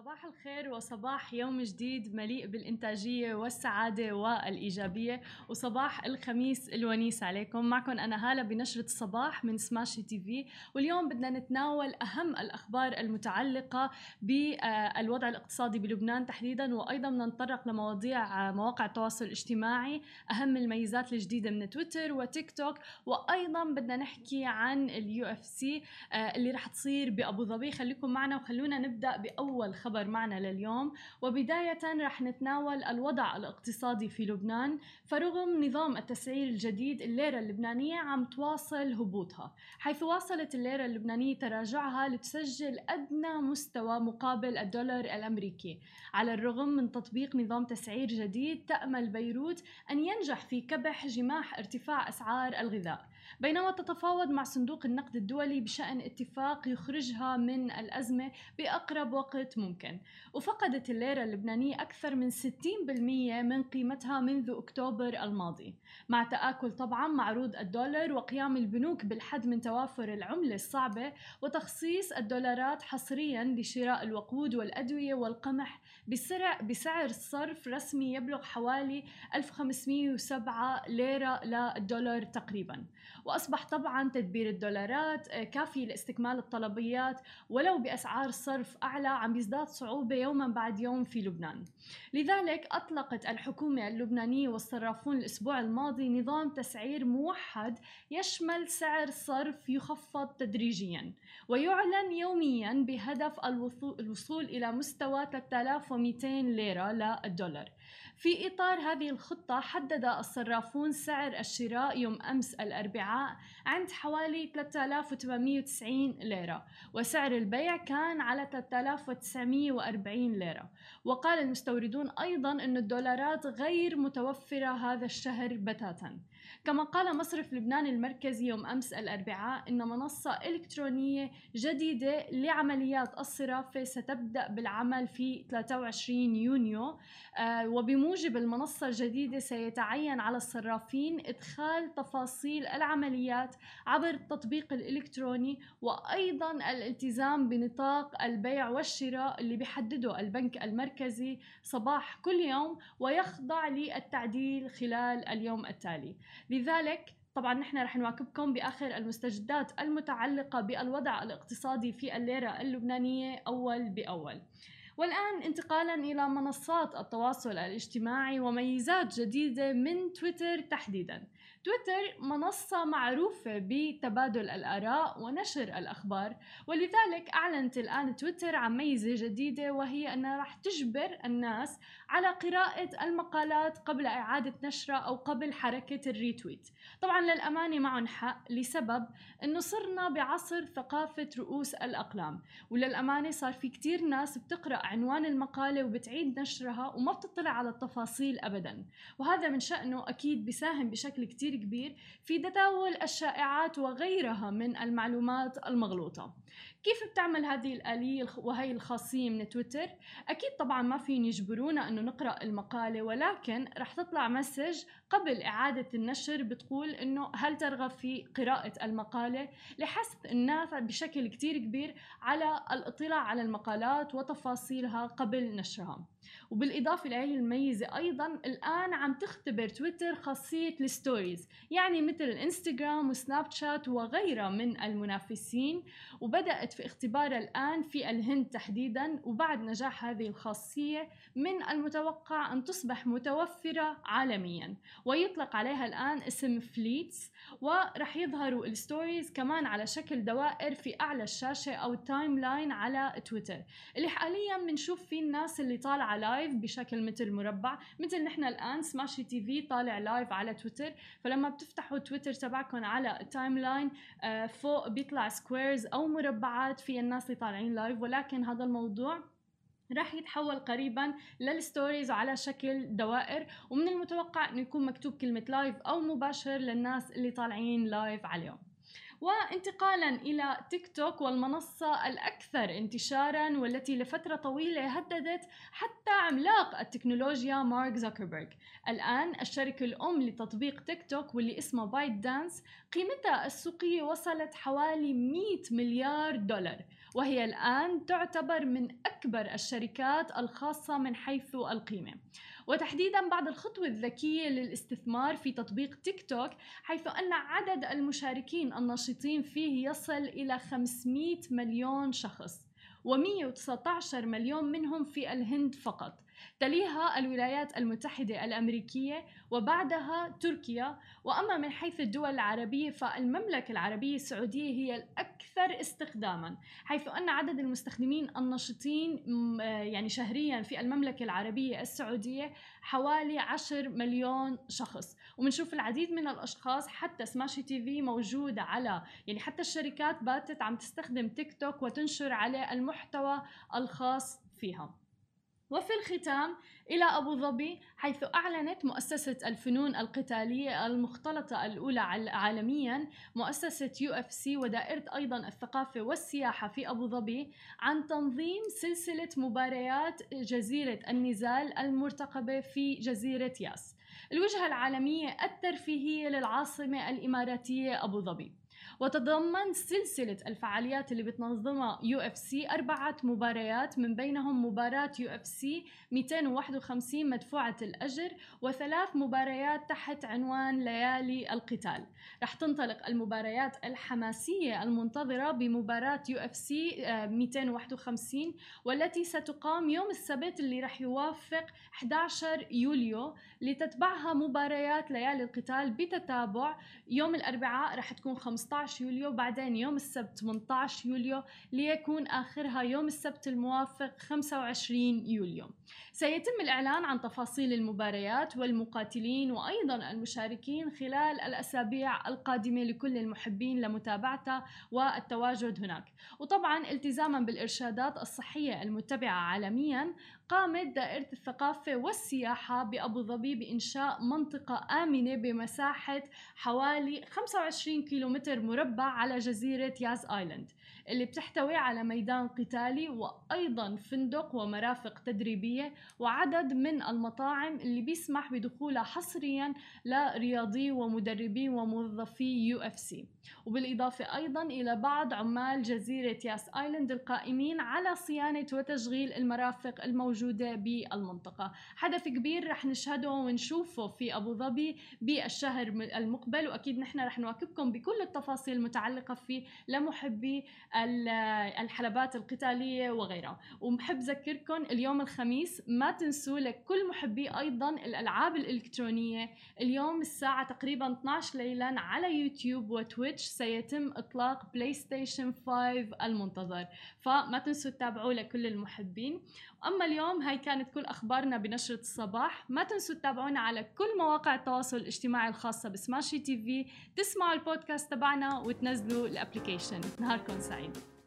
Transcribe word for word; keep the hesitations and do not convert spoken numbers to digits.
صباح الخير وصباح يوم جديد مليء بالإنتاجية والسعادة والإيجابية، وصباح الخميس الونيس عليكم. معكم أنا هالة بنشرة الصباح من سماشي تي في، واليوم بدنا نتناول أهم الأخبار المتعلقة بالوضع الاقتصادي بلبنان تحديداً، وأيضاً بدنا نتطرق لمواضيع مواقع التواصل الاجتماعي، أهم الميزات الجديدة من تويتر وتيك توك، وأيضاً بدنا نحكي عن اليو اف سي اللي رح تصير بأبو ظبي. خليكم معنا وخلونا نبدأ بأول خبر معنا لليوم. وبداية رح نتناول الوضع الاقتصادي في لبنان. فرغم نظام التسعير الجديد، الليرة اللبنانية عم تواصل هبوطها، حيث واصلت الليرة اللبنانية تراجعها لتسجل أدنى مستوى مقابل الدولار الأمريكي. على الرغم من تطبيق نظام تسعير جديد، تأمل بيروت أن ينجح في كبح جماح ارتفاع أسعار الغذاء، بينما تتفاوض مع صندوق النقد الدولي بشأن اتفاق يخرجها من الأزمة بأقرب وقت ممكن. وفقدت الليرة اللبنانية أكثر من ستين بالمئة من قيمتها منذ أكتوبر الماضي، مع تآكل طبعاً معروض الدولار وقيام البنوك بالحد من توافر العملة الصعبة وتخصيص الدولارات حصرياً لشراء الوقود والأدوية والقمح بسعر, بسعر صرف رسمي يبلغ حوالي ألف وخمسمئة وسبعة ليرة للدولار تقريباً. وأصبح طبعاً تدبير الدولارات كافي لاستكمال الطلبيات ولو بأسعار صرف أعلى عم يزداد صعوبة يوماً بعد يوم في لبنان. لذلك أطلقت الحكومة اللبنانية والصرافون الأسبوع الماضي نظام تسعير موحد يشمل سعر صرف يخفض تدريجياً ويعلن يومياً بهدف الوصول إلى مستوى ثلاثة آلاف ومئتين ليرة للدولار. في إطار هذه الخطة، حدد الصرافون سعر الشراء يوم أمس الأربعاء عند حوالي ثلاثة آلاف وثمانمئة وتسعين ليرة، وسعر البيع كان على ثلاثة آلاف وتسعمئة وأربعين ليرة. وقال المستوردون أيضاً أن الدولارات غير متوفرة هذا الشهر بتاتاً. كما قال مصرف لبنان المركزي يوم أمس الأربعاء إن منصة إلكترونية جديدة لعمليات الصرافة ستبدأ بالعمل في ثلاثة وعشرين يونيو، آه وبموجب المنصة الجديدة سيتعين على الصرافين إدخال تفاصيل العمليات عبر التطبيق الإلكتروني، وأيضاً الالتزام بنطاق البيع والشراء اللي بيحدده البنك المركزي صباح كل يوم ويخضع للتعديل خلال اليوم التالي. لذلك طبعاً نحن رح نواكبكم بآخر المستجدات المتعلقة بالوضع الاقتصادي في الليرة اللبنانية أول بأول. والآن انتقالاً إلى منصات التواصل الاجتماعي وميزات جديدة من تويتر تحديداً. تويتر منصة معروفة بتبادل الآراء ونشر الأخبار، ولذلك أعلنت الآن تويتر عن ميزة جديدة، وهي أنها راح تجبر الناس على قراءة المقالات قبل إعادة نشرها أو قبل حركة الريتويت. طبعاً للأمانة معهم حق، لسبب أنه صرنا بعصر ثقافة رؤوس الأقلام، وللأمانة صار في كتير ناس بتقرأ عنوان المقالة وبتعيد نشرها وما بتطلع على التفاصيل أبداً، وهذا من شأنه أكيد بيساهم بشكل كتير كبير في تداول الشائعات وغيرها من المعلومات المغلوطة. كيف بتعمل هذه الآلية وهي الخاصية من تويتر؟ أكيد طبعاً ما فين يجبرونا أنه نقرأ المقالة، ولكن رح تطلع مسج قبل إعادة النشر بتقول أنه هل ترغب في قراءة المقالة، لحث الناس بشكل كتير كبير على الاطلاع على المقالات وتفاصيلها قبل نشرها. وبالإضافة لهي الميزة أيضاً الآن عم تختبر تويتر خاصية الستوريز، يعني مثل الانستغرام وسناب شات وغيرها من المنافسين، وبدأت في اختبارها الآن في الهند تحديداً. وبعد نجاح هذه الخاصية من المتوقع أن تصبح متوفرة عالمياً، ويطلق عليها الآن اسم فليتس، ورح يظهروا الستوريز كمان على شكل دوائر في أعلى الشاشة أو التايم لاين على تويتر، اللي حالياً بنشوف فيه الناس اللي طالعة لايف بشكل مثل مربع، مثل نحن الآن سماشي تي في طالع لايف على تويتر. فلما بتفتحوا تويتر تبعكم على التايم لاين آه فوق بيطلع سكويرز أو مربعات في الناس اللي طالعين لايف، ولكن هذا الموضوع راح يتحول قريباً للستوريز على شكل دوائر، ومن المتوقع أنه يكون مكتوب كلمة لايف أو مباشر للناس اللي طالعين لايف عليهم. وانتقالا إلى تيك توك والمنصة الأكثر انتشاراً والتي لفترة طويلة هددت حتى عملاق التكنولوجيا مارك زوكربيرغ. الآن الشركة الأم لتطبيق تيك توك واللي اسمه بايت دانس قيمتها السوقية وصلت حوالي مئة مليار دولار، وهي الآن تعتبر من أكبر الشركات الخاصة من حيث القيمة. وتحديداً بعد الخطوة الذكية للاستثمار في تطبيق تيك توك، حيث أن عدد المشاركين الناشطين فيه يصل إلى خمسمئة مليون شخص، ومئة وتسعة عشر مليون منهم في الهند فقط. تليها الولايات المتحدة الأمريكية وبعدها تركيا. وأما من حيث الدول العربية فالمملكة العربية السعودية هي الأكثر استخداماً، حيث أن عدد المستخدمين النشطين يعني شهرياً في المملكة العربية السعودية حوالي عشرة مليون شخص. ومنشوف العديد من الأشخاص، حتى سماشي تي في موجودة على يعني حتى الشركات باتت عم تستخدم تيك توك وتنشر عليه المحتوى الخاص فيها. وفي الختام إلى أبو ظبي، حيث أعلنت مؤسسة الفنون القتالية المختلطة الأولى عالمياً مؤسسة يو إف سي ودائرة أيضاً الثقافة والسياحة في أبو ظبي عن تنظيم سلسلة مباريات جزيرة النزال المرتقبة في جزيرة ياس، الوجهة العالمية الترفيهية للعاصمة الإماراتية أبو ظبي. وتضمن سلسلة الفعاليات اللي بتنظمها يو إف سي أربعة مباريات، من بينهم مباراة يو إف سي مئتين وواحد وخمسين مدفوعة الأجر، وثلاث مباريات تحت عنوان ليالي القتال. رح تنطلق المباريات الحماسية المنتظرة بمباراة يو إف سي مئتين وواحد وخمسين والتي ستقام يوم السبت اللي رح يوافق أحد عشر يوليو، لتتبعها مباريات ليالي القتال بتتابع. يوم الأربعاء رح تكون خمسة عشر يوليو، بعدين يوم السبت ثمانية عشر يوليو، ليكون آخرها يوم السبت الموافق خمسة وعشرين يوليو. سيتم الإعلان عن تفاصيل المباريات والمقاتلين وأيضاً المشاركين خلال الأسابيع القادمة لكل المحبين لمتابعتها والتواجد هناك. وطبعاً التزاماً بالإرشادات الصحية المتبعة عالمياً، قامت دائرة الثقافة والسياحة بأبو ظبي بإنشاء منطقة آمنة بمساحة حوالي خمسة وعشرين كيلومتر مربع على جزيرة ياز آيلاند، اللي بتحتوي على ميدان قتالي وأيضاً فندق ومرافق تدريبية وعدد من المطاعم اللي بيسمح بدخولها حصرياً لرياضي ومدربي وموظفي يو إف سي، وبالإضافة أيضاً إلى بعض عمال جزيرة ياس آيلاند القائمين على صيانة وتشغيل المرافق الموجودة بالمنطقة. حدث كبير رح نشهده ونشوفه في أبو ظبي بالشهر المقبل، وأكيد نحن رح نواكبكم بكل التفاصيل المتعلقة فيه لمحبي الحلبات القتالية وغيرها. ومحب ذكركم اليوم الخميس ما تنسوا لكل محبي أيضا الألعاب الإلكترونية، اليوم الساعة تقريبا اثني عشر ليلا على يوتيوب وتويتش سيتم إطلاق بلاي ستيشن خمسة المنتظر، فما تنسوا تتابعوه لكل المحبين. أما اليوم هاي كانت كل أخبارنا بنشرة الصباح. ما تنسوا تتابعونا على كل مواقع التواصل الاجتماعي الخاصة بسماشي تي في، تسمعوا البودكاست تبعنا وتنزلوا الابليكيشن. نهاركم سعيد.